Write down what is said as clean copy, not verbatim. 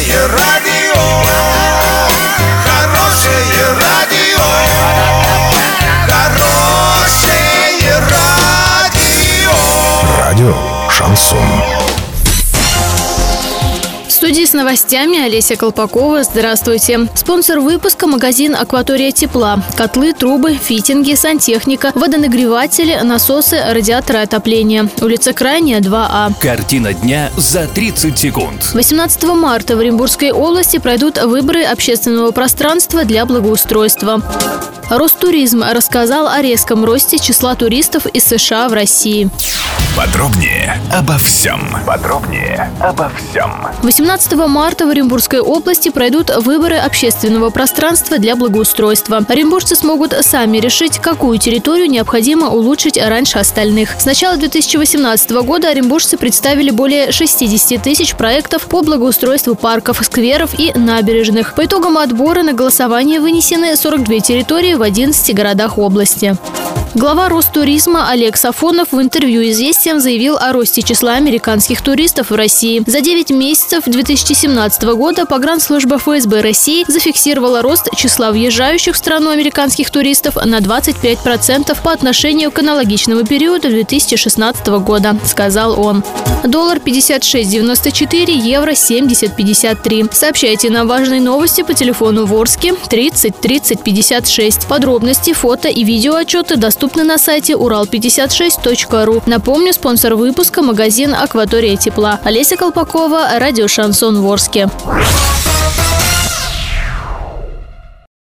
Хорошее радио, хорошее радио, хорошее радио. Радио «Шансон». В студии с новостями Олеся Колпакова. Здравствуйте. Спонсор выпуска – магазин «Акватория тепла». Котлы, трубы, фитинги, сантехника, водонагреватели, насосы, радиаторы отопления. Улица Крайняя, 2А. Картина дня за 30 секунд. 18 марта в Оренбургской области пройдут выборы общественного пространства для благоустройства. Ростуризм рассказал о резком росте числа туристов из США в России. Подробнее обо всем. 18 марта в Оренбургской области пройдут выборы общественного пространства для благоустройства. Оренбуржцы смогут сами решить, какую территорию необходимо улучшить раньше остальных. С начала 2018 года оренбуржцы представили более 60 тысяч проектов по благоустройству парков, скверов и набережных. По итогам отбора на голосование вынесены 42 территории в 11 городах области. Глава Ростуризма Олег Сафонов в интервью «Известиям» заявил о росте числа американских туристов в России. За 9 месяцев 2017 года погранслужба ФСБ России зафиксировала рост числа въезжающих в страну американских туристов на 25% по отношению к аналогичному периоду 2016 года, сказал он. Доллар 56.94, евро 70.53. Сообщайте нам важные новости по телефону Ворске 30 30 56. Подробности, фото и видеоотчеты доступны на сайте урал56.ру. Напомню, спонсор выпуска – магазин «Акватория тепла». Олеся Колпакова, радио «Шансон» в Ворске.